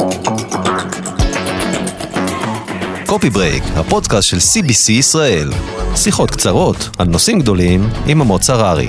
קופי ברייק, הפודקאסט של CBC ישראל. שיחות קצרות על נושאים גדולים עם עמוץ הררי.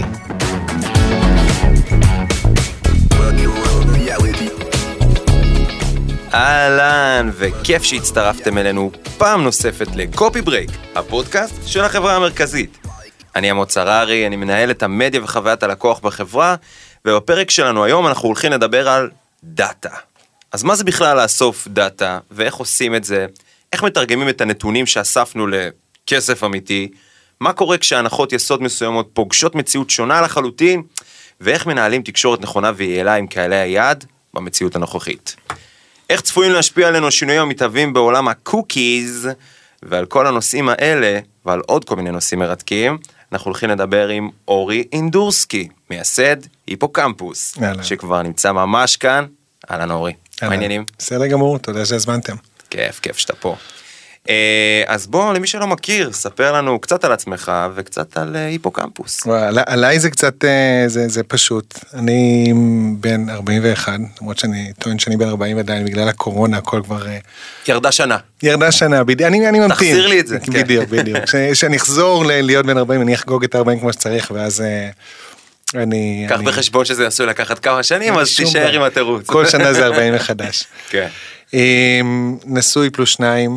אהלן, וכיף שהצטרפתם אלינו פעם נוספת לקופי ברייק, הפודקאסט של החברה המרכזית. אני עמוץ הררי, אני מנהל את המדיה וחוויית הלקוח בחברה, ובפרק שלנו היום אנחנו הולכים לדבר על דאטה. אז מה זה בכלל לאסוף דאטה, ואיך עושים את זה? איך מתרגמים את הנתונים שאספנו לכסף אמיתי? מה קורה כשהנחות יסוד מסוימות פוגשות מציאות שונה לחלוטין? ואיך מנהלים תקשורת נכונה ויעילה עם קהלי היעד במציאות הנוכחית? איך צפויים להשפיע עלינו שינויים המתהווים בעולם הקוקיז? ועל כל הנושאים האלה, ועל עוד כל מיני נושאים מרתקים, אנחנו הולכים לדבר עם אורי אינדורסקי, מייסד היפוקמפוס, שכבר נמצא ממש כאן. אהלן אורי, מה העניינים? בסדר גמור, תודה שהזמנתם. כיף שאתה פה. אז בוא, למי שלא מכיר, ספר לנו קצת על עצמך וקצת על היפוקמפוס. עליי זה קצת, זה פשוט. אני בן 41, למרות שאני טוען שאני בן 40 עדיין, בגלל הקורונה, הכל כבר... ירדה שנה. אני ממתין. תחזיר לי את זה. בדיוק. כשאני אחזור להיות בן 40, אני אחגוג את 40 כמו שצריך, ואז... קח בחשבון שזה עשוי לקחת כמה שנים, אז תישאר עם התירוץ. כל שנה זה 40 מחדש. כן. נשוי פלוס 2,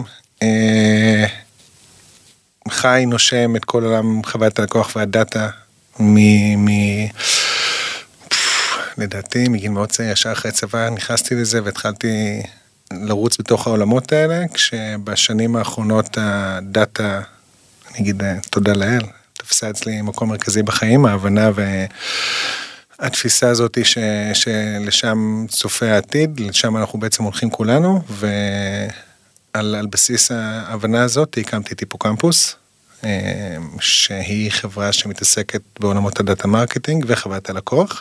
חי, נושם את כל עולם חוויית הלקוח והדאטה, לדעתי, מגיל מאוד צעיר, ישר אחרי צבא, נכנסתי לזה והתחלתי לרוץ בתוך העולמות האלה, כשבשנים האחרונות הדאטה, אני אגיד תודה לאל, תפסה אצלי מקום מרכזי בחיים, ההבנה והתפיסה הזאת שלשם צופה העתיד, לשם אנחנו בעצם הולכים כולנו, ועל בסיס ההבנה הזאת הקמתי את היפוקמפוס, שהיא חברה שמתעסקת בעולמות הדאטה מרקטינג וחוויית הלקוח,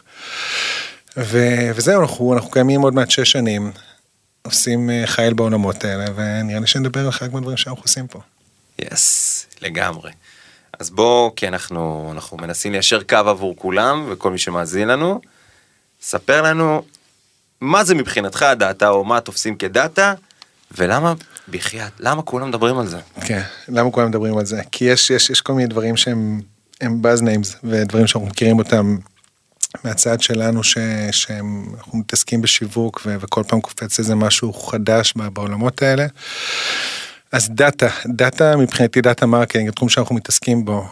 וזהו, אנחנו קיימים עוד מעט 6 שנים, עושים חייל בעולמות האלה, ונראה לי שנדבר על חלק מהדברים שאנחנו עושים פה. יס, לגמרי. אז בוא, כי אנחנו מנסים ליישר קו עבור כולם, וכל מי שמאזין לנו, ספר לנו מה זה מבחינתך הדאטה, או מה תופסים כדאטה, ולמה בחייאת, למה כולם מדברים על זה? כן, למה כולם מדברים על זה? כי יש כל מיני דברים שהם buzz names, ודברים שאנחנו מכירים אותם מהצד שלנו, שאנחנו מתעסקים בשיווק, וכל פעם קופץ איזה משהו חדש בעולמות האלה. אז דאטה מבחינתי דאטה מרקטינג, התחום שאנחנו מתעסקים בו,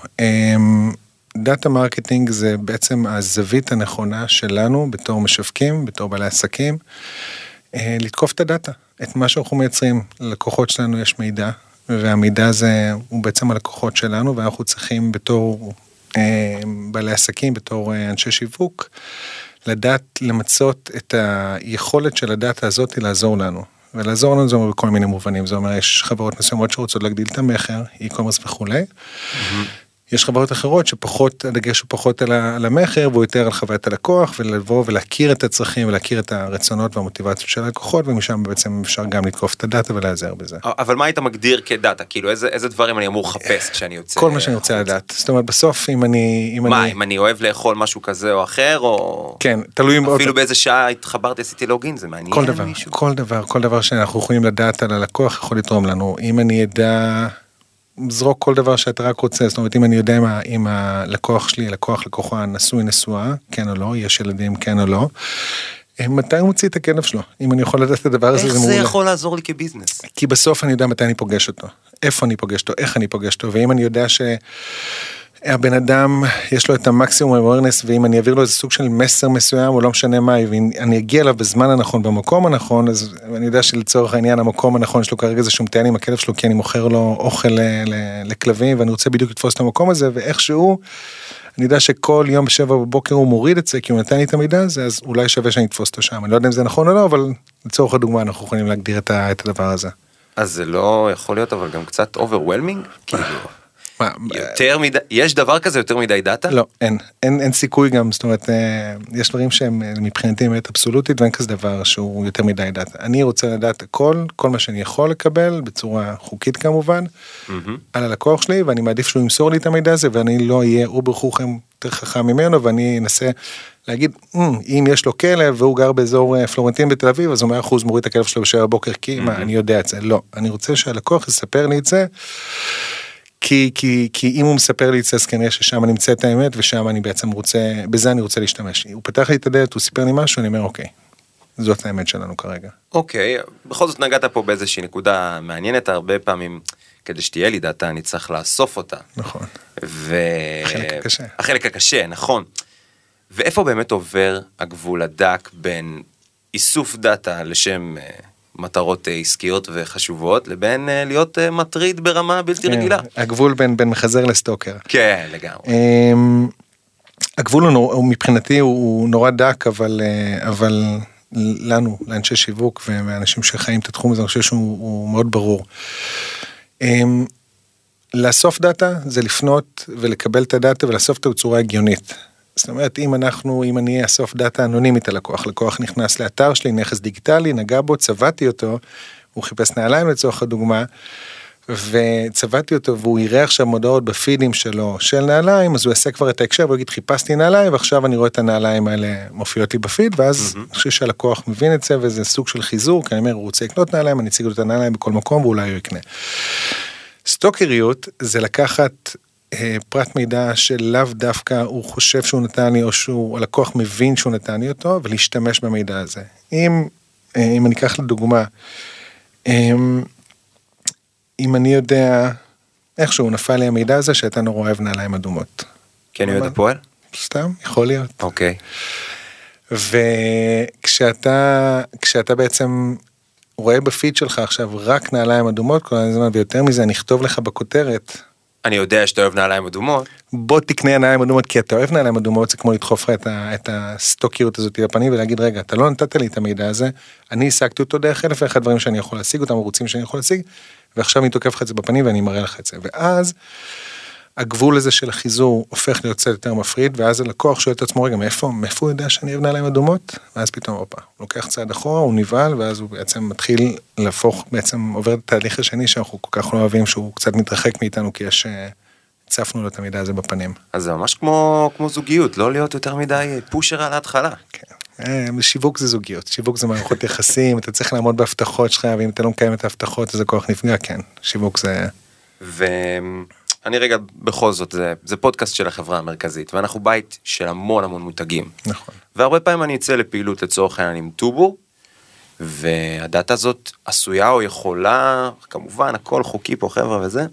דאטה מרקטינג זה בעצם הזווית הנכונה שלנו, בתור משווקים, בתור בעלי עסקים, לתקוף את הדאטה, את מה שאנחנו מייצרים. ללקוחות שלנו יש מידע, והמידע הזה הוא בעצם הלקוחות שלנו, ואנחנו צריכים בתור בעלי עסקים, בתור אנשי שיווק, לדעת למצות את היכולת של הדאטה הזאת לעזור לנו. ולעזור לנו זה אומר בכל מיני מובנים, זה אומר יש חברות מסוימות שרוצות להגדיל את המחר, e-commerce וכולי, יש חברות אחרות שפחות, הדגש הוא פחות על המחר, והוא יותר על חוויית הלקוח, ולבוא ולהכיר את הצרכים, ולהכיר את הרצונות והמוטיבציות של הלקוחות, ומשם בעצם אפשר גם לתקוף את הדאטה ולעזר בזה. אבל מה היית מגדיר כדאטה? כאילו איזה דברים אני אמור לחפש כשאני יוצא? כל מה שאני רוצה לדעת. זאת אומרת, בסוף אם אני... אם אני אוהב לאכול משהו כזה או אחר, או... כן, תלוי... אפילו באיזה שעה התחברתי, עשיתי לוגין, זה מעניין מישהו. כל דבר שאנחנו יכולים לדעת על הלקוח יכול לתרום לנו. אם אני ידע... זרוק כל דבר שאתה רק רוצה, זאת אומרת, אם אני יודע אם הלקוח שלי, לקוחה נשוי נשואה, כן או לא, יש ילדים, כן או לא, מתי הוא מוציא את הכלב שלו? אם אני יכול לדעת את הדבר הזה, איך זה יכול לעזור לי כביזנס? כי בסוף אני יודע מתי אני פוגש אותו, איפה אני פוגש אותו, איך אני פוגש אותו, ואם אני יודע שהבן אדם יש לו את המקסימום awareness, ואם אני אעביר לו איזה סוג של מסר מסוים, או לא משנה מה, ואני אגיע אליו בזמן הנכון, במקום הנכון, אז אני יודע שלצורך העניין, המקום הנכון שלו כרגע זה שהוא מתאן עם הכלב שלו, כי אני מוכר לו אוכל לכלבים, ואני רוצה בדיוק לתפוס את המקום הזה, ואיכשהו, אני יודע שכל יום ב7 בבוקר הוא מוריד את זה, כי הוא נתן לי את המידע הזה, אז אולי שווה שאני אתפוס אותו שם. אני לא יודע אם זה נכון או לא, אבל לצורך הדוגמה אנחנו יכולים להגדיר את הדבר הזה. אז זה לא יכול להיות, אבל גם קצת overwhelming, כאילו... יותר מדי, יש דבר כזה יותר מדי דאטה? לא, אין סיכוי גם, זאת אומרת, יש דברים שהם מבחינתי באמת אבסולוטית, ואין כזה דבר שהוא יותר מדי דאטה. אני רוצה לדעת כל מה שאני יכול לקבל, בצורה חוקית כמובן, על הלקוח שלי, ואני מעדיף שהוא ימסור לי את המידע הזה, ואני לא אהיה אובר חוכם יותר חכם ממנו, ואני אנסה להגיד, אם יש לו כלב, והוא גר באזור פלורנטין בתל אביב, אז הוא 100% מוריד את הכלב שלו בשבע בבוקר, כי אני יודע את זה. לא, אני רוצה שהלקוח יספר לי את זה, כי אם הוא מספר לי את זה, אז כנראה ששם אני מצא את האמת, ושם אני בעצם רוצה, בזה אני רוצה להשתמש. הוא פתח לי את הדלת, הוא סיפר לי משהו, אני אומר, אוקיי, זאת האמת שלנו כרגע. אוקיי, בכל זאת נגעת פה באיזושהי נקודה מעניינת, הרבה פעמים, כדי שתהיה לי דאטה, אני צריך לאסוף אותה. נכון. החלק הקשה. החלק הקשה, נכון. ואיפה באמת עובר הגבול הדק בין איסוף דאטה לשם מטרות עסקיות וחשובות, לבין להיות מטריד ברמה בלתי רגילה. הגבול בין מחזר לסטוקר. כן, לגמרי. הגבול הוא מבחינתי הוא נורא דק, אבל לנו, לאנשי שיווק ואנשים שחיים את התחום הזה, אני חושב שהוא מאוד ברור. לאסוף דאטה זה לפנות ולקבל את הדאטה ולאסוף את בצורה הגיונית. זאת אומרת, אם אני אאסוף דאטה אנונימית על לקוח נכנס לאתר שלי, נכס דיגיטלי, נגע בו, צבעתי אותו, הוא חיפש נעליים לצורך הדוגמה, וצבעתי אותו, והוא יראה עכשיו מודעות בפידים שלו של נעליים, אז הוא יעשה כבר את ההקשר, והוא יגיד, חיפשתי נעליים, ועכשיו אני רואה את הנעליים האלה מופיעות לי בפיד, ואז אני חושב שהלקוח מבין את זה, וזה סוג של חיזור, כי אני אומר, הוא רוצה לקנות נעליים, אני אציג לו את הנעליים בכל מקום, ואולי הוא יקנה. סטוקריות זה לקחת פרט מידע שלאו דווקא הוא חושב שהוא נתן לי, או שהוא, הלקוח מבין שהוא נתן לי אותו, ולהשתמש במידע הזה. אם אני אקח לדוגמה, אם אני יודע, איכשהו נפל לי המידע הזה, שאתה נורא אוהב נעליים אדומות. כן, אני יודע פועל? סתם, יכול להיות. אוקיי. וכשאתה בעצם רואה בפיד שלך עכשיו רק נעליים אדומות, כל הזמן, ויותר מזה, אני אכתוב לך בכותרת, אני יודע שאתה אוהב נעליים אדומות. בוא תקנה נעליים אדומות, כי אתה אוהב נעליים אדומות, זה כמו לדחוף לך את הסטוקיות הזאת לפנים, ולהגיד, רגע, אתה לא נתת לי את המידע הזה, אני השגתי אותו דרך אלף ואחד דברים שאני יכול להשיג אותם, ערוצים שאני יכול להשיג, ועכשיו אני תוקף לך את זה בפנים, ואני מראה לך את זה. ואז, הגבול הזה של החיזור הופך להיות קצת יותר מפריד, ואז הלקוח שואל את עצמו, רגע, מאיפה הוא יודע שאני אוהב נעליים אדומות? ואז פתאום, הוא לוקח צעד אחורה, הוא נבהל, ואז הוא בעצם מתחיל להפוך, בעצם עובר את התהליך השני, שאנחנו כל כך לא אוהבים, שהוא קצת מתרחק מאיתנו, כי צפנו לו את המידע הזה בפנים. אז זה ממש כמו זוגיות, לא להיות יותר מדי פושר על ההתחלה. כן. שיווק זה זוגיות, שיווק זה מערכות יחסים, אתה צריך לעמוד בהבטחות שלך, ואם אתה לא מקיים את ההבטחות, אז הכוח נפגע, כן. שיווק זה... אני רגע, בכל זאת, זה פודקאסט של החברה המרכזית, ואנחנו בית של המון מותגים. נכון. והרבה פעמים אני אצא לפעילות לצורך העניין עם טובו, והדאטה הזאת עשויה או יכולה, כמובן, הכל חוקי פה חבר'ה וזה,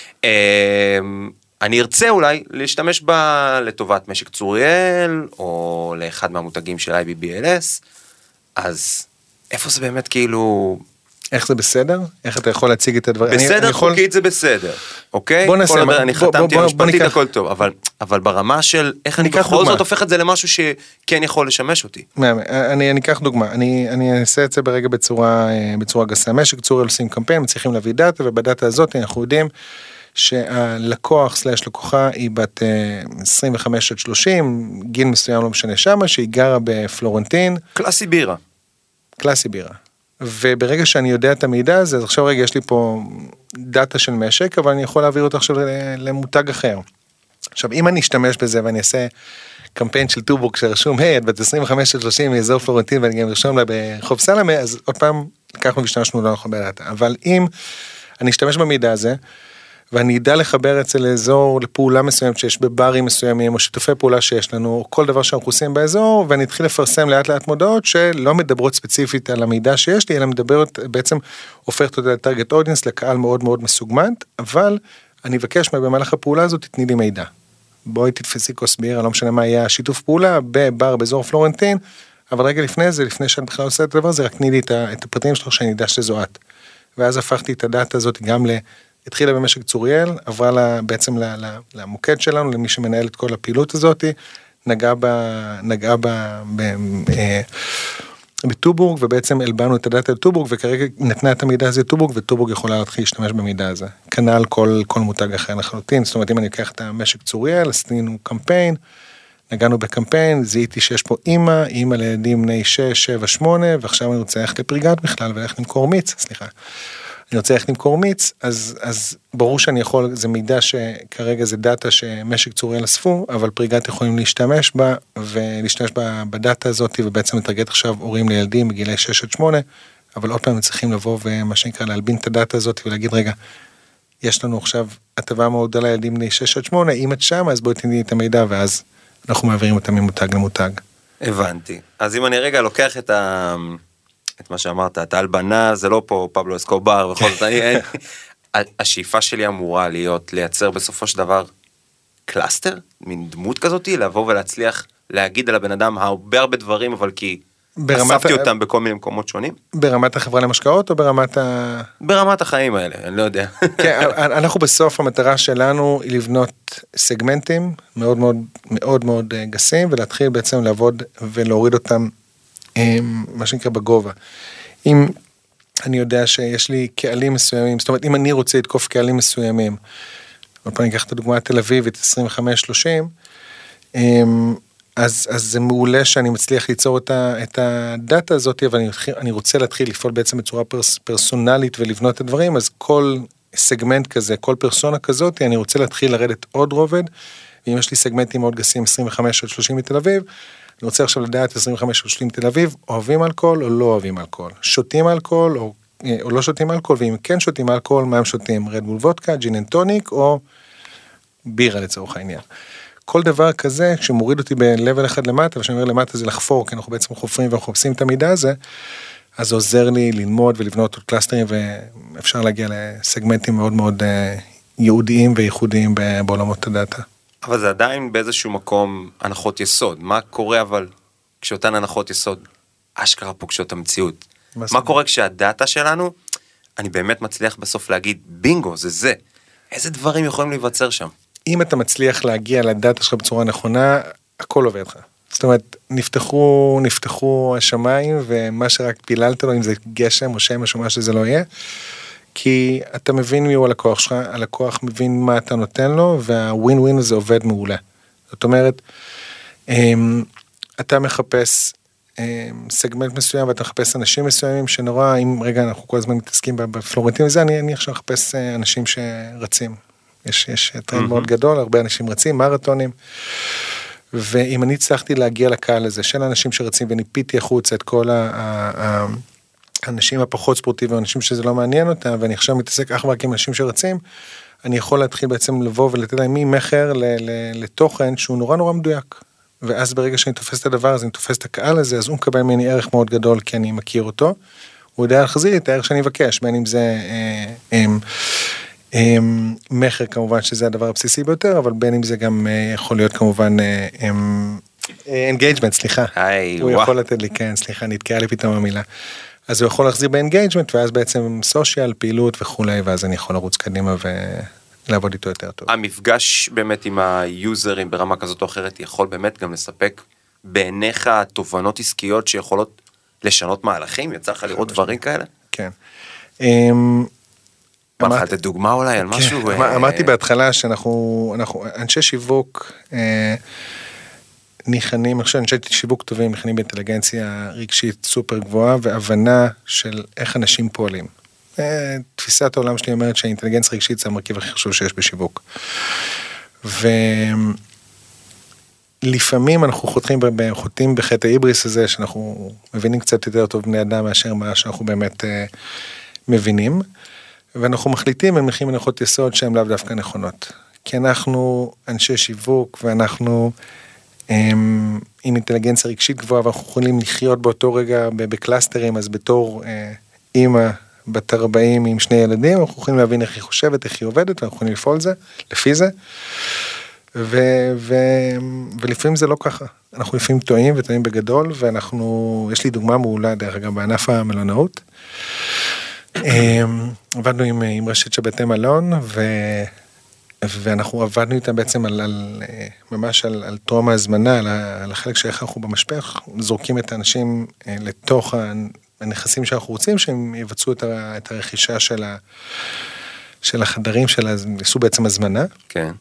אני ארצה אולי להשתמש בה לטובת משק צוריאל, או לאחד מהמותגים של IBBLS, אז איפה זה באמת כאילו... איך זה בסדר? איך אתה יכול להציג את הדברים? בסדר, חוקית זה בסדר, אוקיי? בוא נעשה... אני חתמתי על משפטית, הכל טוב, אבל ברמה של איך אני בכל זאת הופך את זה למשהו שכן יכול לשמש אותי. אני אקח דוגמה, אני אעשה את זה ברגע בצורה גסה. משק צוריאל עושים קמפיין, מצליחים להביא דאטה, ובדאטה הזאת אנחנו יודעים שהלקוח/לקוחה היא בת 25 עד 30, גיל מסוים לא משנה שמה, שהיא גרה בפלורנטין. קלאסי בירה. וברגע שאני יודע את המידע הזה, אז עכשיו רגע יש לי פה דאטה של משק, אבל אני יכול להעביר אותה עכשיו למותג אחר. עכשיו אם אני אשתמש בזה ואני אעשה קמפיין של טובו שרשום, היי, את בת 25 עד 30 מאזור פלורנטין ואני גם ארשום לה ברחוב סלמה, אז עוד פעם לקחנו והשתמשנו לא נכון בדאטה. אבל אם אני אשתמש במידע הזה, ואני אדע לחבר אצל אזור לפעולה מסוימת שיש בברים מסוימים, או שיתופי פעולה שיש לנו, או כל דבר שאנחנו עושים באזור, ואני אתחיל לפרסם לאט לאט מודעות, שלא מדברות ספציפית על המידע שיש לי, אלא מדברת, בעצם הופכת אותה לטרגט אודיאנס, לקהל מאוד מאוד מסוגמנט, אבל אני אבקש במהלך הפעולה הזאת, תתני לי מידע. בואי תתפסי כוס בירה, לא משנה מה יהיה השיתוף פעולה, בבר באזור פלורנטין, אבל רגע לפני זה, לפני שאני בכלל עושה את הדבר הזה, רק תני לי את הפרטים שלך שאני אדע שזו את. ואז הפכתי את הדאטה הזאת גם התחילה במשק צוריאל, עברה בעצם למוקד שלנו, למי שמנהל את כל הפעילות הזאת, נגעה בטובורג, ובעצם אלבנו את הדאטה לטובורג, וכרגע נתנה את המידע הזה לטובורג, וטובורג יכולה להתחיל להשתמש במידע הזה. כנ"ל כל מותג אחר לחלוטין, זאת אומרת, אם אני אקח את המשק צוריאל, עשינו קמפיין, נגענו בקמפיין, זיהיתי שיש פה אימא לילדים בני 6, 7, 8, ועכשיו אני רוצה ללכת לפריגת בכלל, וללכת למכור מיץ, סליחה. אני רוצה ללכת למכור מיץ, אז ברור שאני יכול, זה מידע שכרגע זה דאטה שמשק צוריאל אספו, אבל פריגת יכולים להשתמש בה, ולהשתמש בדאטה הזאת, ובעצם לטרגט עכשיו הורים לילדים בגילי 6 עד 8, אבל עוד פעם הם צריכים לבוא ומה שנקרא להלבין את הדאטה הזאת, ולהגיד רגע, יש לנו עכשיו הטבה מאוד גדולה לילדים בני 6 עד 8, אם את שם, אז בואי תני את המידע, ואז אנחנו מעבירים אותם ממותג למותג. הבנתי. אז אם אני רגע לוקח את מה שאמרת, את ההלבנה, זה לא פה פבלו אסקובר וכל זאת, השאיפה שלי אמורה להיות לייצר בסופו של דבר קלאסטר, מין דמות כזאת, לבוא ולהצליח להגיד על הבן אדם הרבה דברים, אבל כי אספתי אותם בכל מיני מקומות שונים. ברמת החברה למשקאות או ברמת ברמת החיים האלה, אני לא יודע. כן, אנחנו בסוף המטרה שלנו היא לבנות סגמנטים מאוד מאוד מאוד מאוד גסים, ולהתחיל בעצם לעבוד ולהוריד אותם מה שנקרא בגובה. אם אני יודע שיש לי קהלים מסוימים, זאת אומרת, אם אני רוצה לתקוף קהלים מסוימים, עוד פעם אני אקח את הדוגמה תל אביב, את 25-30, אז זה מעולה שאני מצליח ליצור את הדאטה הזאת, אבל אני רוצה להתחיל לפעול בעצם בצורה פרסונלית ולבנות את הדברים, אז כל סגמנט כזה, כל פרסונה כזאת, אני רוצה להתחיל לרדת עוד רובד, ואם יש לי סגמנטים מאוד גסים, 25-30 מתל אביב, אני רוצה עכשיו לדעת 25-30 מתל אביב, אוהבים אלכוהול או לא אוהבים אלכוהול, שותים אלכוהול או לא שותים אלכוהול, ואם כן שותים אלכוהול, מה הם שותים? רדבול וודקה, ג'ין אנד טוניק, או בירה לצורך העניין. כל דבר כזה, כשמוריד אותי ב-level אחד למטה, ושאני אומר למטה זה לחפור, כי אנחנו בעצם חופרים וחופשים את המידע הזה, אז זה עוזר לי ללמוד ולבנות עוד קלאסטרים, ואפשר להגיע לסגמנטים מאוד מאוד ייעודיים וייחודיים בעולמות הדאטה. אבל זה עדיין באיזשהו מקום הנחות יסוד. מה קורה אבל כשאותן הנחות יסוד אשכרה פוגשות המציאות? מה קורה כשהדאטה שלנו, אני באמת מצליח בסוף להגיד, בינגו, זה. איזה דברים יכולים להיווצר שם? אם אתה להגיע לדאטה שלך בצורה נכונה, הכל עובד לך. זאת אומרת, נפתחו השמיים, ומה שרק פיללת לו, אם זה גשם או שמש או מה שזה לא יהיה, כי אתה מבין מי הוא הלקוח שלך, הלקוח מבין מה אתה נותן לו, והווין ווין הזה עובד מעולה. זאת אומרת, אתה מחפש סגמנט מסוים, ואתה מחפש אנשים מסוימים שנורא, אם רגע אנחנו כל הזמן מתעסקים בפלורנטין וזה, אני עכשיו מחפש אנשים שרצים. יש טרנד מאוד גדול, הרבה אנשים רצים, מרתונים, ואם אני הצלחתי להגיע לקהל הזה, של אנשים שרצים, וניפיתי החוצה את כל האנשים הפחות ספורטיביים, אנשים שזה לא מעניין אותם, ואני עכשיו מתעסק אך ורק עם אנשים שרצים, אני יכול להתחיל בעצם לבוא ולתת להם ממחר לתוכן שהוא נורא נורא מדויק. ואז ברגע שאני תופס את הדבר הזה, אני תופס את הקהל הזה, אז הוא מקבל ממני ערך מאוד גדול, כי אני מכיר אותו. הוא יודע להחזיר את הערך שאני מבקש, בין אם זה מחר כמובן שזה הדבר הבסיסי ביותר, אבל בין אם זה גם יכול להיות כמובן engagement, סליחה. הוא יכול לתת לי, כן, סליחה, נתקעה לי פתאום המילה. אז הוא יכול להחזיר באנגייג'מנט, ואז בעצם סושיאל, פעילות וכולי, ואז אני יכול לרוץ קדימה ולעבוד איתו יותר טוב. המפגש באמת עם היוזרים ברמה כזאת או אחרת, יכול באמת גם לספק בעיניך תובנות עסקיות שיכולות לשנות מהלכים? יצא לך לראות דברים כאלה? כן. אמרת דוגמה אולי על משהו? אמרתי בהתחלה שאנחנו, אנשי שיווק, ניחנים, עכשיו אנשי שיווק טובים, ניחנים באינטליגנציה רגשית סופר גבוהה, והבנה של איך אנשים פועלים. תפיסת העולם שלי אומרת שהאינטליגנציה רגשית זה המרכיב הכי חשוב שיש בשיווק. ולפעמים אנחנו חוטאים בחטא ההיבריס הזה, שאנחנו מבינים קצת יותר טוב בני אדם, מאשר מה שאנחנו באמת מבינים, ואנחנו מחליטים ומניחים הנחות יסוד שהן לאו דווקא נכונות. כי אנחנו אנשי שיווק, ואנחנו עם אינטליגנציה רגשית גבוהה, ואנחנו יכולים לחיות באותו רגע בקלאסטרים, אז בתור אימא בת 40 עם 2 ילדים, אנחנו יכולים להבין איך היא חושבת, איך היא עובדת, ואנחנו יכולים לפעול זה, לפי זה, ולפעמים זה לא ככה. אנחנו לפעמים טועים וטועים בגדול, ואנחנו, יש לי דוגמה מעולה, דרך אגב, בענף המלונאות, עבדנו עם רשת של בתי מלון, ואנחנו עבדנו איתם בעצם ממש על טרום ההזמנה, על החלק שאיך אנחנו במשפך, זורקים את האנשים לתוך הנכסים שאנחנו רוצים, שהם יבצעו את הרכישה של החדרים, יעשו בעצם הזמנה. כן.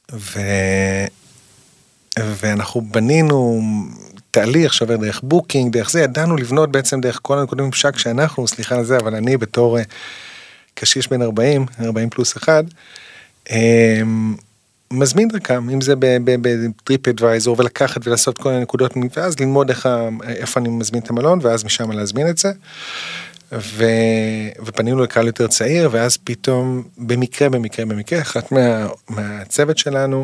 ואנחנו בנינו תהליך שעובר דרך בוקינג, דרך זה, ידענו לבנות בעצם דרך כל הנקודים ממשק שאנחנו, סליחה על זה, אבל אני בתור קשיש בין 40 פלוס 1, מזמין דרכם, אם זה בטריפ אדוויזור, ולקחת ולעשות כל הנקודות, ואז ללמוד איפה אני מזמין את המלון, ואז משם להזמין את זה, ופנינו לקהל יותר צעיר, ואז פתאום, במקרה, אחת מהצוות שלנו,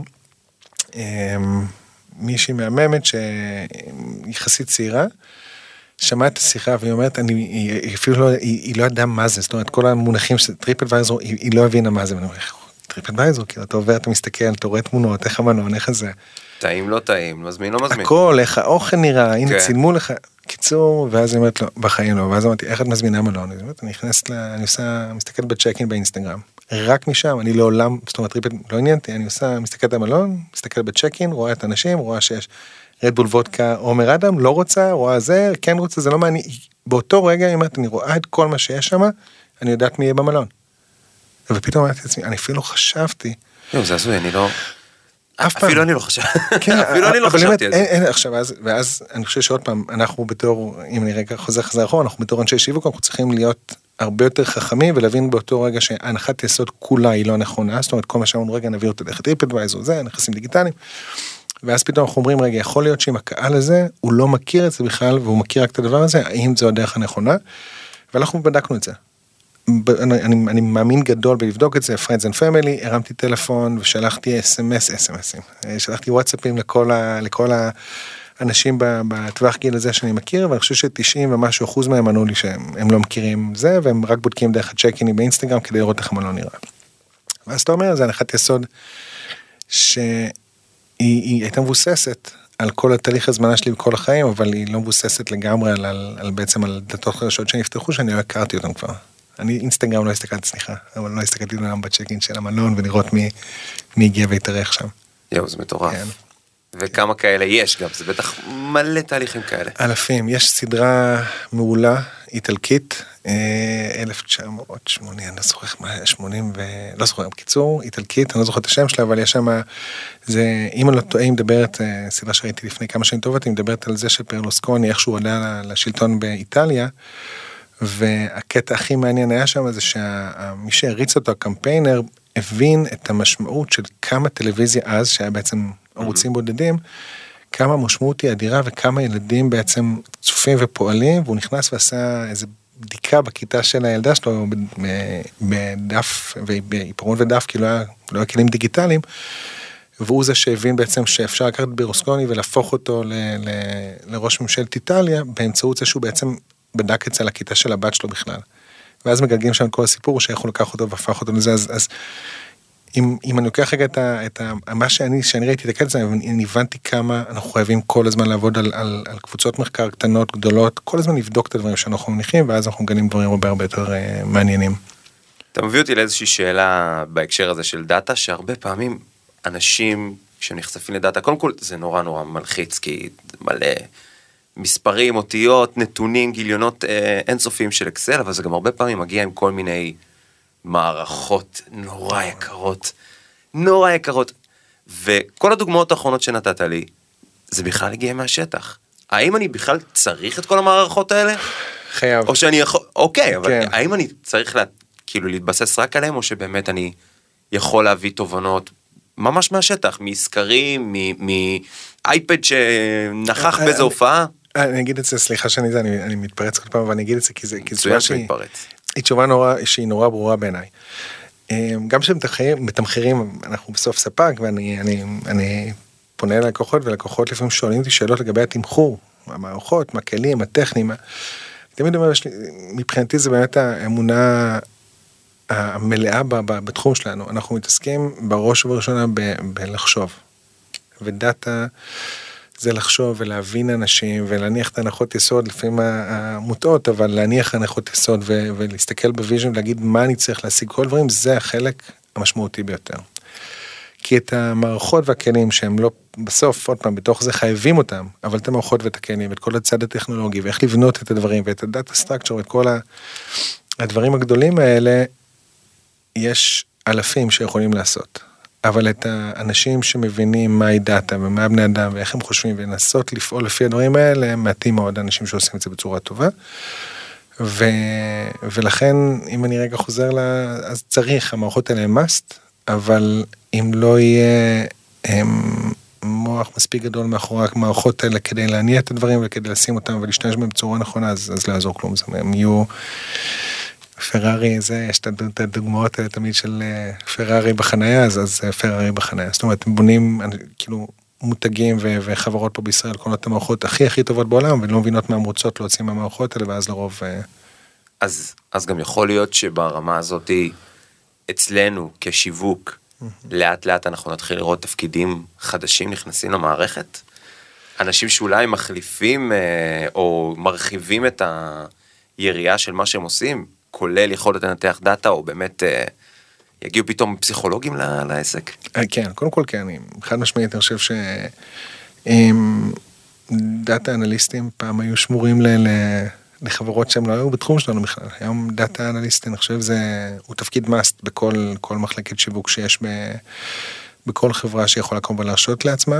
מישהי מהממת, שיחסית צעירה, שמעה את השיחה, והיא אומרת, היא לא ידעה מה זה, זאת אומרת, כל המונחים של טריפ אדוויזור, היא לא הבינה מה זה, ואני אומר, טריפ אדוויזור, כאילו, אתה עובר, אתה מסתכל, אתה רואה תמונות, איך המלון, איך זה. טעים, לא טעים, מזמין, לא מזמין. הכל, איך האוכל נראה, הנה, צילמו לך, קיצור, ואז היא אומרת לו, בחיים לא, ואז אמרתי, איך את מזמינה מלון? אני נכנסת אני מסתכלת בצ'קין באינסטגרם, רק משם, אני לעולם, זאת אומרת, לא עניינתי, אני מסתכלת במלון, מסתכלת בצ'קין, רואה את האנשים, רואה שיש רדבול וודקה, עומר אדם, לא רוצה, רואה זה, כן רוצה, זה לא מעניין, באותו רגע, היא אומרת, אני רואה את כל מה שיש שם, אני יודעת מי יהיה במלון. ופתאום אמרתי לעצמי, אני אפילו חשבתי. זה הזוי, אני לא... אפילו אני לא חשבתי. אפילו אני לא חשבתי על זה. עכשיו, ואז אני חושב שעוד פעם, אנחנו בתור, אם אני רגע חוזר אחורה, אנחנו בתור אנשי שיווק, אנחנו צריכים להיות הרבה יותר חכמים, ולהבין באותו רגע שהנחת יסוד כולה היא לא נכונה, זאת אומרת, כל מה שאמרנו רגע נביא אותו דרך טריפ אדוויזור, זה, נכסים דיגיטליים, ואז פתאום אנחנו אומרים, רגע, יכול להיות שעם הקהל הזה, הוא לא מכיר את זה בכלל, והוא מכיר רק את הדבר הזה, האם זו הדרך הנכונה, ואנחנו בדקנו את זה. אני מאמין גדול בלבדוק את זה, Friends and Family, הרמתי טלפון ושלחתי SMSים, שלחתי וואטסאפים לכל האנשים בטווח גיל הזה שאני מכיר, ואני חושב ש90 ומשהו אחוז מהם ענו לי שהם לא מכירים זה, והם רק בודקים דרך הצ'קינים באינסטגרם כדי לראות איך המלון נראה. ואז אתה אומר, זה הנחת יסוד שהיא הייתה מבוססת על כל התהליך הזמנה שלי בכל החיים, אבל היא לא מבוססת לגמרי בעצם על דלתות חדשות שנפתחו, שאני לא הכרתי אותן כבר. אני אינסטגרם לא הסתכלתי, סליחה, אבל לא הסתכלתי גם בצ'קין של המלון, ולראות מי הגיע והתארח שם. יואו, זה מטורף. וכמה כאלה יש גם, זה בטח מלא תהליכים כאלה. אלפים, יש סדרה מעולה, איטלקית, 1980, אני לא זוכר מה, 80 לא זוכר, בקיצור, איטלקית, אני לא זוכר את השם שלה, אבל יש שם, זה, אם אני לא טועה, היא מדברת, סדרה שראיתי לפני כמה שנים טובות, היא מדברת על זה שפרלוסקוני, איך שהוא עלה לשלטון באיטליה, והקטע הכי מעניין היה שם, זה שמי שהריץ אותו, הקמפיינר, הבין את המשמעות של כמה טלוויזיה אז, שהיה בעצם ערוצים בודדים, כמה המשמעות היא אדירה, וכמה ילדים בעצם צופים ופועלים, והוא נכנס ועשה איזו בדיקה בכיתה של הילדה שלו, בדף, בעיפרון ודף, כי לא היה כלים דיגיטליים, והוא זה שהבין בעצם שאפשר לקחת ברלוסקוני, ולהפוך אותו לראש ממשלת איטליה, באמצעות זה שהוא בעצם בדק אצל הכיתה של הבת שלו בכלל. ואז מגלגלים שם כל הסיפור, שאיך הוא לקח אותו והפך אותו לזה, אז אם אני לוקח רגע את מה שאני ראיתי את הקטע, אני הבנתי כמה אנחנו חייבים כל הזמן לעבוד על קבוצות מחקר קטנות, גדולות, כל הזמן לבדוק את הדברים שאנחנו מניחים, ואז אנחנו מגלים דברים הרבה יותר מעניינים. אתה מביא אותי לאיזושהי שאלה בהקשר הזה של דאטה, שהרבה פעמים אנשים שנחשפים לדאטה, קודם כל זה נורא נורא מלחיץ, כי מלא מספרים, אותיות, נתונים, גיליונות אינסופיים של אקסל, אבל זה גם הרבה פעמים מגיע עם כל מיני מערכות נורא יקרות, וכל הדוגמאות האחרונות שנתת לי, זה בכלל הגיע מהשטח. האם אני בכלל צריך את כל המערכות האלה? חייב. או שאני יכול, אוקיי, אבל כן. האם אני צריך כאילו להתבסס רק עליהם, או שבאמת אני יכול להביא תובנות ממש מהשטח, מסקרים, מאייפד שנחך באיזו הופעה? אני אגיד את זה, סליחה אני מתפרץ כל פעם, אבל אני אגיד את זה, כי זה תשובה היא תשובה שהיא נורא ברורה בעיניי. גם כשמתמחרים, אנחנו בסוף ספק, ואני פונה ללקוחות, ולקוחות לפעמים שואלים אותי שאלות לגבי התמחור, המערכות, מה הכלים, הטכניים, תמיד אומר, מבחינתי זה באמת האמונה המלאה בתחום שלנו. אנחנו מתעסקים בראש ובראשונה בלחשוב. ודאטה זה לחשוב ולהבין אנשים, ולהניח את הנחות יסוד, לפעמים המוטעות, אבל להניח הנחות יסוד ולהסתכל בוויז'ן ולהגיד מה אני צריך להשיג, כל דברים, זה החלק המשמעותי ביותר. כי את המערכות והכלים שהם לא, בסוף, עוד פעם, בתוך זה חייבים אותם, אבל את המערכות ואת הכלים, את כל הצד הטכנולוגי, ואיך לבנות את הדברים, ואת הדאטה סטרקצ'ר, ואת כל הדברים הגדולים האלה, יש אלפים שיכולים לעשות. אבל את האנשים שמבינים מהי דאטה, ומה בני אדם, ואיך הם חושבים, ונסות לפעול לפי הדברים האלה, הם מעטים מאוד אנשים שעושים את זה בצורה טובה. ולכן, אם אני רגע חוזר אז צריך, המערכות האלה הם must, אבל אם לא יהיה מוח מספיק גדול מאחורי המערכות האלה, כדי להניע את הדברים, וכדי לשים אותם ולהשתמש בהם בצורה נכונה, אז לא יעזור כלום. הם יהיו פרארי, יש את הדוגמאות האלה תמיד של פרארי בחנייה, אז פרארי בחנייה. זאת אומרת, הם בונים, כאילו, מותגים וחברות פה בישראל, קונות את המערכות הכי טובות בעולם, ולא מבינות מה הם רוצות להוציא מהמערכות האלה, ואז לרוב... אז גם יכול להיות שברמה הזאת, אצלנו כשיווק, לאט לאט אנחנו נתחיל לראות תפקידים חדשים נכנסים למערכת, אנשים שאולי מחליפים או מרחיבים את היריעה של מה שהם עושים, כולל יכולת לנתח דאטה, או באמת יגיעו פתאום פסיכולוגים לעסק? כן, קודם כל כן, חד משמעית, אני חושב דאטה אנליסטים פעם היו שמורים לחברות שהם לא היו בתחום שלנו בכלל. היום דאטה אנליסטים, אני חושב הוא תפקיד מאסט בכל מחלקת שיווק שיש בכל חברה שיכולה כמובן להרשות לעצמה.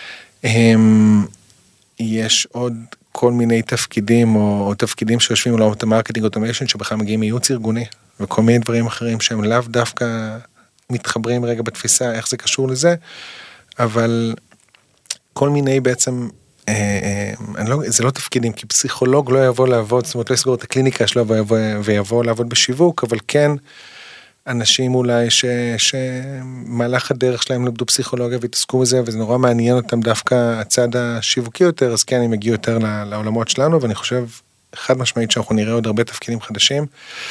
יש עוד כל מיני תפקידים או תפקידים שיושבים לעומת המרקטינג אוטומיישן שבכלל מגיעים מייעוץ ארגוני וכל מיני דברים אחרים שהם לאו דווקא מתחברים רגע בתפיסה איך זה קשור לזה, אבל כל מיני בעצם זה לא תפקידים, כי פסיכולוג לא יבוא לעבוד, זאת אומרת לא יסגור את הקליניקה שלו ויבוא לעבוד בשיווק, אבל כן אנשים אולי שמהלך הדרך שלהם למדו פסיכולוגיה והתעסקו בזה, וזה נורא מעניין אותם דווקא הצד השיווקי יותר, אז כן, הם הגיעו יותר לעולמות שלנו, ואני חושב חד משמעית שאנחנו נראה עוד הרבה תפקידים חדשים,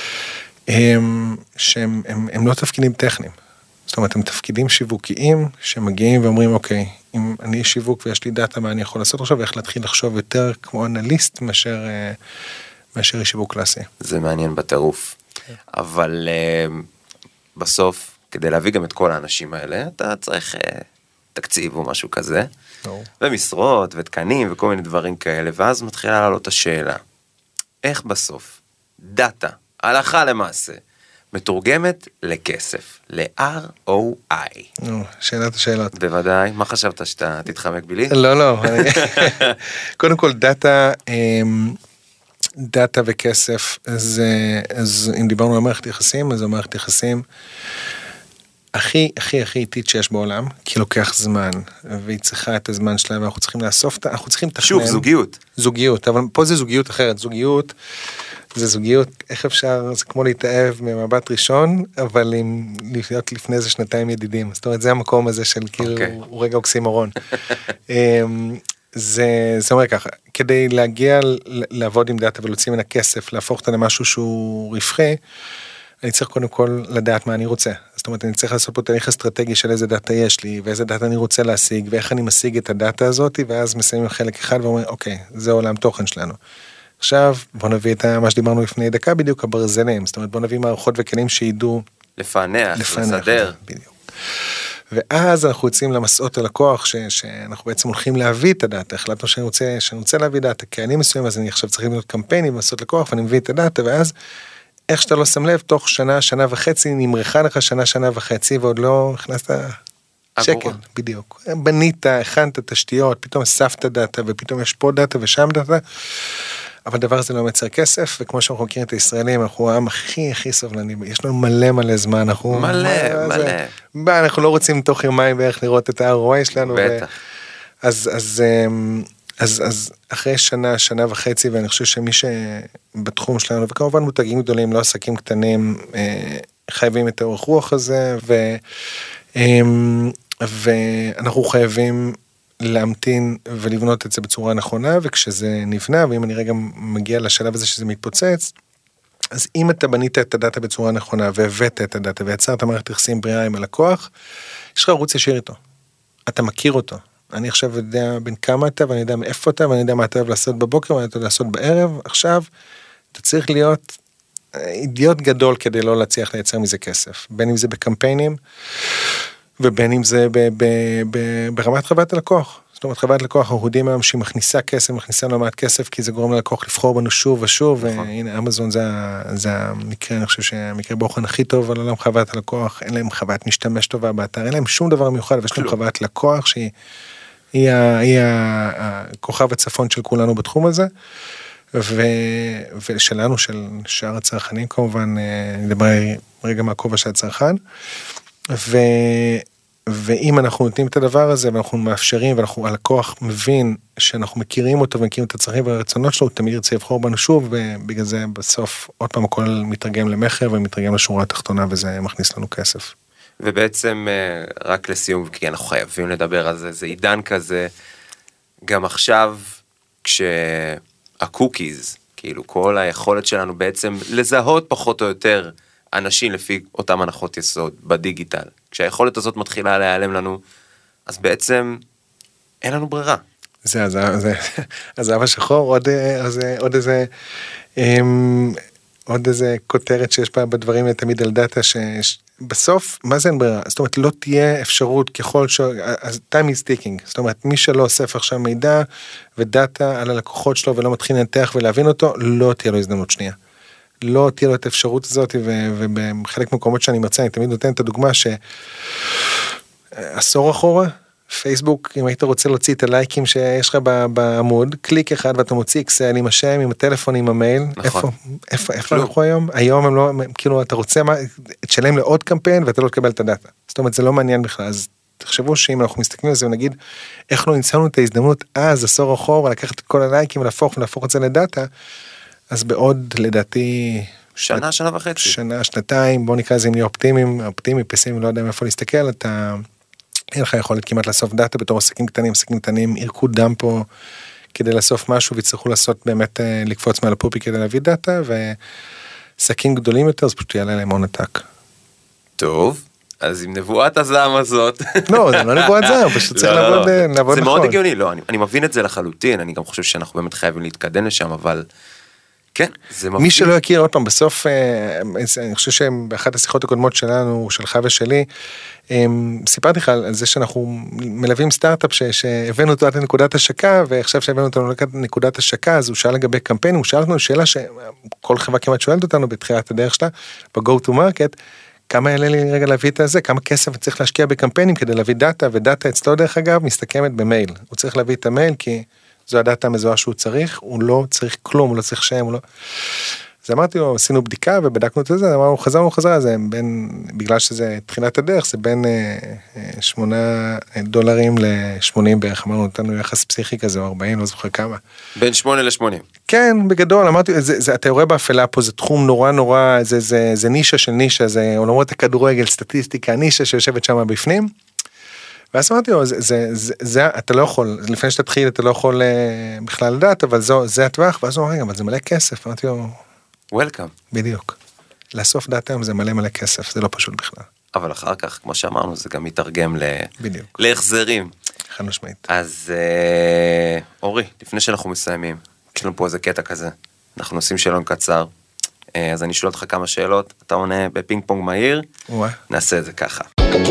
שהם לא תפקידים טכניים, זאת אומרת, הם תפקידים שיווקיים שמגיעים ואומרים, אוקיי, אם אני שיווק ויש לי דאטה, מה אני יכול לעשות עכשיו, ואיך להתחיל לחשוב יותר כמו אנליסט מאשר שיווק קלאסי. זה מעניין בטירוף. אבל בסוף, כדי להביא גם את כל האנשים האלה, אתה צריך תקציב או משהו כזה, ומשרות ותקנים וכל מיני דברים כאלה, ואז מתחילה לעלות השאלה, איך בסוף דאטה, הלכה למעשה, מתורגמת לכסף, ל-ROI. שאלת השאלות. בוודאי, מה חשבת שאתה תתחמק בלי? לא. קודם כל, דאטה וכסף, אז אם דיברנו על מערכת יחסים, אז המערכת יחסים הכי איטית שיש בעולם, כי לוקח זמן, והיא צריכה את הזמן שלה, ואנחנו צריכים לאסוף אותה, אנחנו צריכים לתכנן. שוב, זוגיות, אבל פה זה זוגיות אחרת, זה זוגיות, איך אפשר, זה כמו להתאהב ממבט ראשון, אבל להיות לפני זה שנתיים ידידים, זאת אומרת, זה המקום הזה של כאילו, הוא רגע אוקסימורון. זה אומר ככה, כדי להגיע לעבוד עם דאטה ולהוציא מן הכסף, להפוך אותה למשהו שהוא רווחי, אני צריך קודם כל לדעת מה אני רוצה. זאת אומרת, אני צריך לעשות פה תהליך אסטרטגי של איזה דאטה יש לי, ואיזה דאטה אני רוצה להשיג, ואיך אני משיג את הדאטה הזאת, ואז מסיימים חלק אחד ואומרים, אוקיי, זה עולם תוכן שלנו. עכשיו, בוא נביא את מה שדיברנו לפני דקה, בדיוק הברזלים. זאת אומרת, בוא נביא מערכות וכלים שידעו לפענח, לסדר. בדיוק. ואז אנחנו יוצאים למסעות הלקוח, שאנחנו בעצם הולכים להביא את הדאטה, החלטנו שאני רוצה להביא דאטה, כי אני מסוים, אז אני עכשיו צריך לבנות קמפיינים, במסעות לקוח, ואני מביא את הדאטה, ואז, איך שאתה לא שם לב, תוך שנה וחצי, נמרחה לך שנה וחצי, ועוד לא הכנסת שקל, בדיוק. בנית, הכנת תשתיות, פתאום אספת דאטה, ופתאום יש פה דאטה ושם דאטה, אבל דבר הזה לא מייצר כסף, וכמו שאנחנו מכירים את הישראלים, אנחנו העם הכי סובלני, יש לנו מלא זמן, אנחנו לא רוצים תוך יומיים בערך לראות את ה-ROI שלנו, בטח. אז אחרי שנה וחצי, ואני חושב שמי שבתחום שלנו, וכמובן מותגים גדולים, לא עסקים קטנים, חייבים את האורך רוח הזה, ואנחנו חייבים להמתין ולבנות את זה בצורה נכונה, וכשזה נבנה, ואם אני רגע מגיע לשלב הזה שזה מתפוצץ, אז אם אתה בנית את הדאטה בצורה נכונה, והבאת את הדאטה, ויצרת מערכת יחסים בריאה עם הלקוח, יש לך ערוץ ישיר איתו. אתה מכיר אותו. אני עכשיו יודע בין כמה אתה, ואני יודע מאיפה אתה, ואני יודע מה אתה אוהב לעשות בבוקר, ומה אתה אוהב לעשות בערב. עכשיו, אתה צריך להיות אידיוט גדול, כדי לא להצליח לייצר מזה כסף. בין אם זה בקמפיינים, ובין אם זה ברמת חוויית הלקוח. זאת אומרת, חוויית לקוח, אנחנו יודעים היום שהיא מכניסה כסף, מכניסה לא מעט כסף, כי זה גורם ללקוח לבחור בנו שוב ושוב, והנה, אמזון זה המקרה, אני חושב שהמקרה באופן הכי טוב על עולם חוויית הלקוח, אין להם חוויית משתמש טובה באתר, אין להם שום דבר מיוחד, ויש להם חוויית לקוח, שהיא הכוכב הצפון של כולנו בתחום הזה, ושלנו, של שאר הצרכנים, כמובן, נדבר רגע מהכובע של הצרכן, ואם אנחנו נותנים את הדבר הזה, ואנחנו מאפשרים, הלקוח מבין שאנחנו מכירים אותו, ומכירים את הצרכים והרצונות שלו, הוא תמיד ירצה לבחור בנו שוב, ובגלל זה בסוף, עוד פעם הכל מתרגם למחר, ומתרגם לשורה התחתונה, וזה מכניס לנו כסף. ובעצם, רק לסיום, כי אנחנו חייבים לדבר על זה, זה עידן כזה, גם עכשיו, כשהקוקיז, כאילו כל היכולת שלנו בעצם לזהות פחות או יותר אנשים לפי אותם הנחות יסוד בדיגיטל, כשהיכולת הזאת מתחילה להיעלם לנו, אז בעצם אין לנו ברירה. זה הזהב השחור, עוד איזה כותרת שיש בה בדברים תמיד על דאטה, שבסוף, מה זה אין ברירה? זאת אומרת, לא תהיה אפשרות ככל אז time is ticking, זאת אומרת, מי שלא אוסף עכשיו מידע ודאטה על הלקוחות שלו, ולא מתחיל לנתח ולהבין אותו, לא תהיה לו הזדמנות שנייה. לא תהיה לו את האפשרות הזאת, ובחלק מקומות שאני מרצה, אני תמיד נותן את הדוגמה שעשור אחורה, פייסבוק, אם היית רוצה להוציא את הלייקים שיש לך בעמוד, קליק אחד ואתה מוציא אקסל עם השם, עם הטלפון, עם המייל, נכון. איפה אנחנו היום? היום הם לא, כאילו אתה רוצה, תשלם לעוד קמפיין ואתה לא תקבל את הדאטה. זאת אומרת, זה לא מעניין בכלל, אז תחשבו שאם אנחנו מסתכלים על זה ונגיד, איך לא ניצלנו את ההזדמנות אז, עשור אחורה, לקחת את כל הלייקים ולהפוך את זה לדאטה, אז בעוד, לדעתי, שנה וחצי. שנה, שנתיים, בוא נקרא לזה אם נהיה אופטימי, פסימי, לא יודע מאיפה להסתכל, אין לך יכולת כמעט לאסוף דאטה בתור עסקים קטנים, ירקו דם פה כדי לאסוף משהו, ויצטרכו לעשות באמת, לקפוץ מעל הפופי כדי להביא דאטה, ועסקים גדולים יותר, אז פשוט יעלה להם הון עתק. טוב. אז עם נבואת הזעם הזאת. לא, זה לא נבואת זעם, פשוט צריך לעבוד נכון. זה מאוד הגיוני, לא, אני מבין את זה לחלוטין, אני גם חושב שאנחנו באמת חייבים להתקדם לשם, אבל כן, זה מבין. מי שלא יכיר עוד פעם, בסוף, אני חושב שבאחת השיחות הקודמות שלנו, שלך ושלי, סיפרתי לך על זה שאנחנו מלווים סטארט-אפ שהבאנו אותו עד לנקודת השקה, ועכשיו שהבאנו אותו לנקודת השקה, אז הוא שאל לגבי קמפיין, הוא שאל לנו שאלה שכל חברה כמעט שואלת אותנו בתחילת הדרך שלה, ב-go to market, כמה יעלה לי רגע להביא את זה, כמה כסף צריך להשקיע בקמפיינים כדי להביא דאטה, ודאטה אצלו דרך אגב מסתכמת במייל. הוא צריך להביא את המייל כי זו הדאטה המזוהה שהוא צריך, הוא לא צריך כלום, הוא לא צריך שם, הוא לא... אז אמרתי לו, עשינו בדיקה ובדקנו את זה, אמרנו, חזרה, זה בין, בגלל שזה תחילת הדרך, זה בין $8 ל-80 בערך, אמרנו, נתנו יחס פסיכי כזה, או 40, לא זוכר כמה. בין 8 ל-80. כן, בגדול, אמרתי, אתה רואה באפלה פה, זה תחום נורא, זה נישה של נישה, זה עולמות הכדורגל, סטטיסטיקה, נישה שיושבת שם בפנים, ואז אמרתי לו, אתה לא יכול, לפני שתתחיל, אתה לא יכול בכלל לדעת, אבל זה הטווח, ואז הוא אומר, רגע, אבל זה מלא כסף, אמרתי לו, וולקאם. בדיוק. לאסוף דאטה זה מלא כסף, זה לא פשוט בכלל. אבל אחר כך, כמו שאמרנו, זה גם מתרגם להחזרים. חד משמעית. אז אורי, לפני שאנחנו מסיימים, יש לנו פה איזה קטע כזה, אנחנו עושים שאלון קצר, אז אני שואל אותך כמה שאלות, אתה עונה בפינג פונג מהיר, נעשה את זה ככה.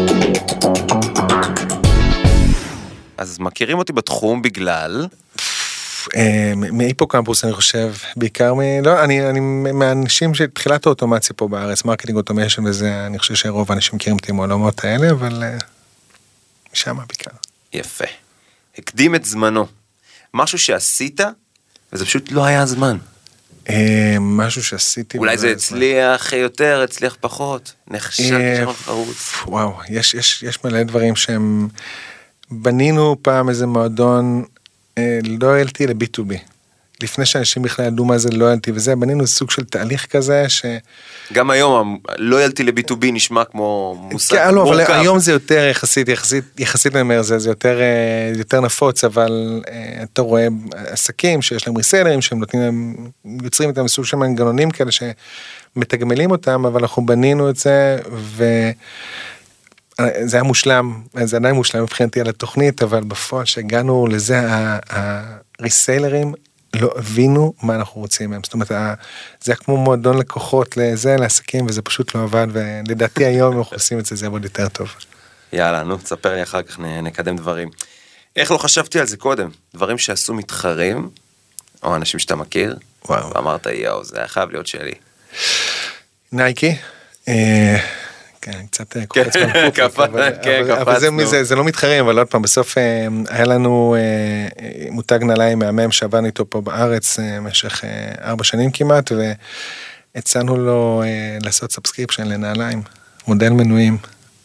אז מכירים אותי בתחום בגלל... מהיפוקמפוס אני חושב, בעיקר אני מהאנשים שתחילת האוטומציה פה בארץ, מרקטינג אוטומיישן וזה, אני חושב שרוב האנשים מכירים אותי מעולמות האלה, אבל משם בעיקר. יפה. הקדים את זמנו. משהו שעשית, וזה פשוט לא היה זמן. משהו שעשיתי... אולי זה הצליח יותר, הצליח פחות, נחשב כשם חרוץ. וואו, יש מלא דברים שהם... בנינו פעם איזה מועדון לויאלטי ל-B2B. לפני שאנשים בכלל ידעו מה זה לויאלטי וזה, בנינו סוג של תהליך כזה ש... גם היום, לויאלטי ל-B2B נשמע כמו מושג מורכב. לא, אבל היום זה יותר יחסית נאמר, זה יותר נפוץ, אבל אתה רואה עסקים שיש להם ריסלרים, שהם נותנים להם, יוצרים איתם סוג של מנגנונים כאלה שמתגמלים אותם, אבל אנחנו בנינו את זה, זה היה מושלם, זה עדיין מושלם מבחינתי על התוכנית, אבל בפועל שהגענו לזה, הריסיילרים לא הבינו מה אנחנו רוצים מהם. זאת אומרת, זה היה כמו מועדון לקוחות לזה, לעסקים, וזה פשוט לא עבד, ולדעתי היום אנחנו עושים את זה, זה עבוד יותר טוב. יאללה, נו, תספר לי אחר כך, נקדם דברים. איך לא חשבתי על זה קודם? דברים שעשו מתחרים, או אנשים שאתה מכיר, ואמרת, יאו, זה היה חייב להיות שלי. נייקי, כן, קצת קופץ מלכות, אבל זה לא מתחרים, אבל עוד פעם, בסוף היה לנו מותג נעליים מהמם שעבדנו איתו פה בארץ, במשך 4 שנים כמעט, והצענו לו לעשות סאבסקריפשן לנעליים, מודל מנויים,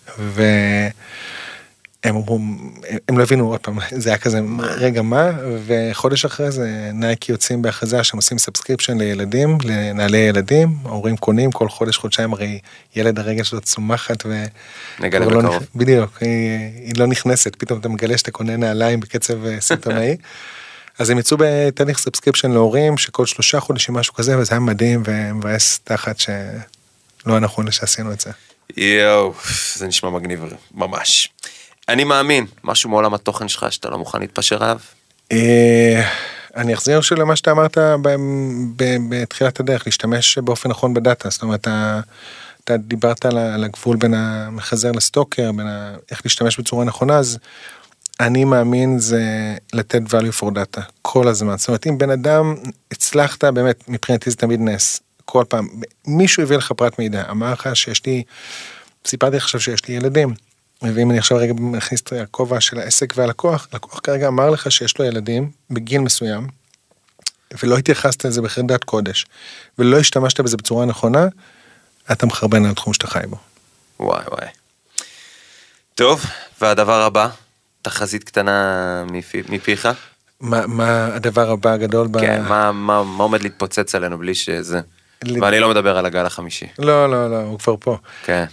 הם אמרו, הם לא הבינו עוד פעם, זה היה כזה, רגע מה, וחודש אחרי זה נייקי יוצאים בהכרזה שהם עושים סאבסקריפשן לילדים, לנעלי ילדים, ההורים קונים כל חודש, חודשיים, הרי ילד הרגל שלו צומחת, נגלה בקרוב. בדיוק, היא לא נכנסת, פתאום אתה מגלה שאתה קונה נעליים בקצב סיטונאי, אז הם יצאו בתהליך סאבסקריפשן להורים, שכל 3 חודשים משהו כזה, וזה היה מדהים, ומבאס תחת שלא הנכון שעשינו את זה. יואו, זה נשמע מגניב, ממש. אני מאמין, משהו מעולם התוכן שלך שאתה לא מוכן להתפשר עליו? אני אחזיר למה שאתה אמרת בתחילת הדרך, להשתמש באופן נכון בדאטה, זאת אומרת, אתה דיברת על הגבול בין המחזר לסטוקר, בין איך להשתמש בצורה נכונה, אז אני מאמין זה לתת value for data, כל הזמן, זאת אומרת, אם בן אדם הצלחת, באמת, מבחינתי זה תמיד נס, כל פעם, מישהו הביא לך פרט מידע, אמר לך שיש לי, סיפרתי עכשיו שיש לי ילדים, ואם אני עכשיו רגע מכניס את הכובע של העסק והלקוח, לקוח כרגע אמר לך שיש לו ילדים בגיל מסוים, ולא התייחסת לזה בחרדת קודש, ולא השתמשת בזה בצורה נכונה, אתה מחרבן על התחום שאתה חי בו. וואי וואי. טוב, והדבר הבא, תחזית קטנה מפיך? מה הדבר הבא הגדול? כן, מה עומד להתפוצץ עלינו בלי שזה? ואני לא מדבר על הגל החמישי. לא, הוא כבר פה. כן.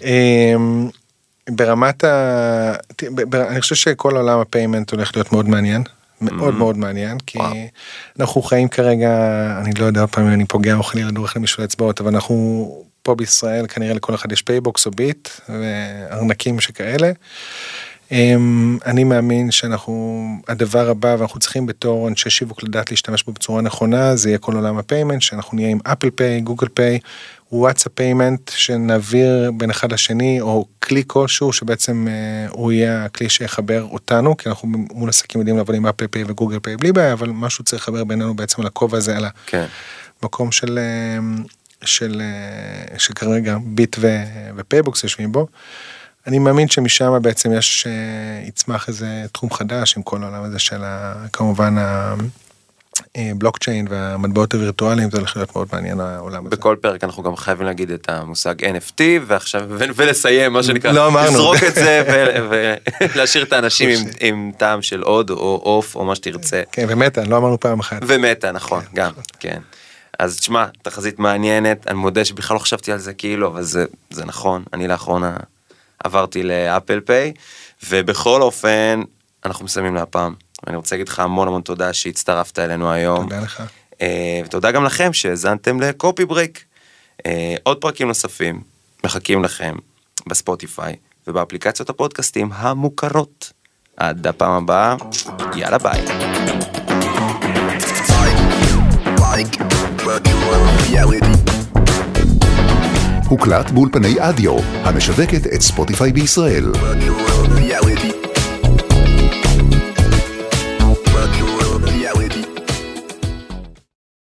ברמת אני חושב שכל עולם הפיימנט הולך להיות מאוד מעניין, מאוד מאוד מעניין, כי אנחנו חיים כרגע, אני לא יודע פעם אם אני פוגע או חלילה דורך למישהו לאצבעות, אבל אנחנו פה בישראל, כנראה לכל אחד יש פייבוקס או ביט, וארנקים שכאלה. אני מאמין שאנחנו, הדבר הבא, ואנחנו צריכים בתור אנשי שיווק לדעת להשתמש בו בצורה נכונה, זה יהיה כל עולם הפיימנט, שאנחנו נהיה עם אפל פיי, גוגל פיי, וואטסאפ פיימנט, שנעביר בין אחד לשני, או כלי כלשהו, שבעצם הוא יהיה הכלי שיחבר אותנו, כי אנחנו מול עסקים יודעים לעבוד עם אפל פיי וגוגל פיי בלי בעיה, אבל משהו צריך לחבר בינינו בעצם על הכובע הזה, על המקום שכרגע ביט ופייבוקס יושבים בו. אני מאמין שמשם בעצם יצמח איזה תחום חדש עם כל העולם הזה של כמובן הבלוקצ'יין והמטבעות הווירטואליים, זה הולך להיות מאוד מעניין העולם הזה. בכל פרק אנחנו גם חייבים להגיד את המושג NFT, ועכשיו, ולסיים מה שנקרא, לא אמרנו. לזרוק את זה ולהשאיר את האנשים עם טעם של עוד או אוף או מה שתרצה. כן, ומטה, לא אמרנו פעם אחת. ומטה, נכון, גם, כן. אז תשמע, תחזית מעניינת, אני מודה שבכלל לא חשבתי על זה כאילו, אבל זה נכון, אני לאחרונה עברתי לאפל פיי, ובכל אופן, אנחנו מסיימים להפעם. אני רוצה להגיד לך המון תודה שהצטרפת אלינו היום. תודה לך. ותודה גם לכם שהזנתם לקופי ברייק. עוד פרקים נוספים מחכים לכם בספוטיפיי ובאפליקציות הפודקאסטים המוכרות. עד הפעם הבאה, יאללה ביי. הוקלט באולפני אדיו, המשווקת את ספוטיפיי בישראל.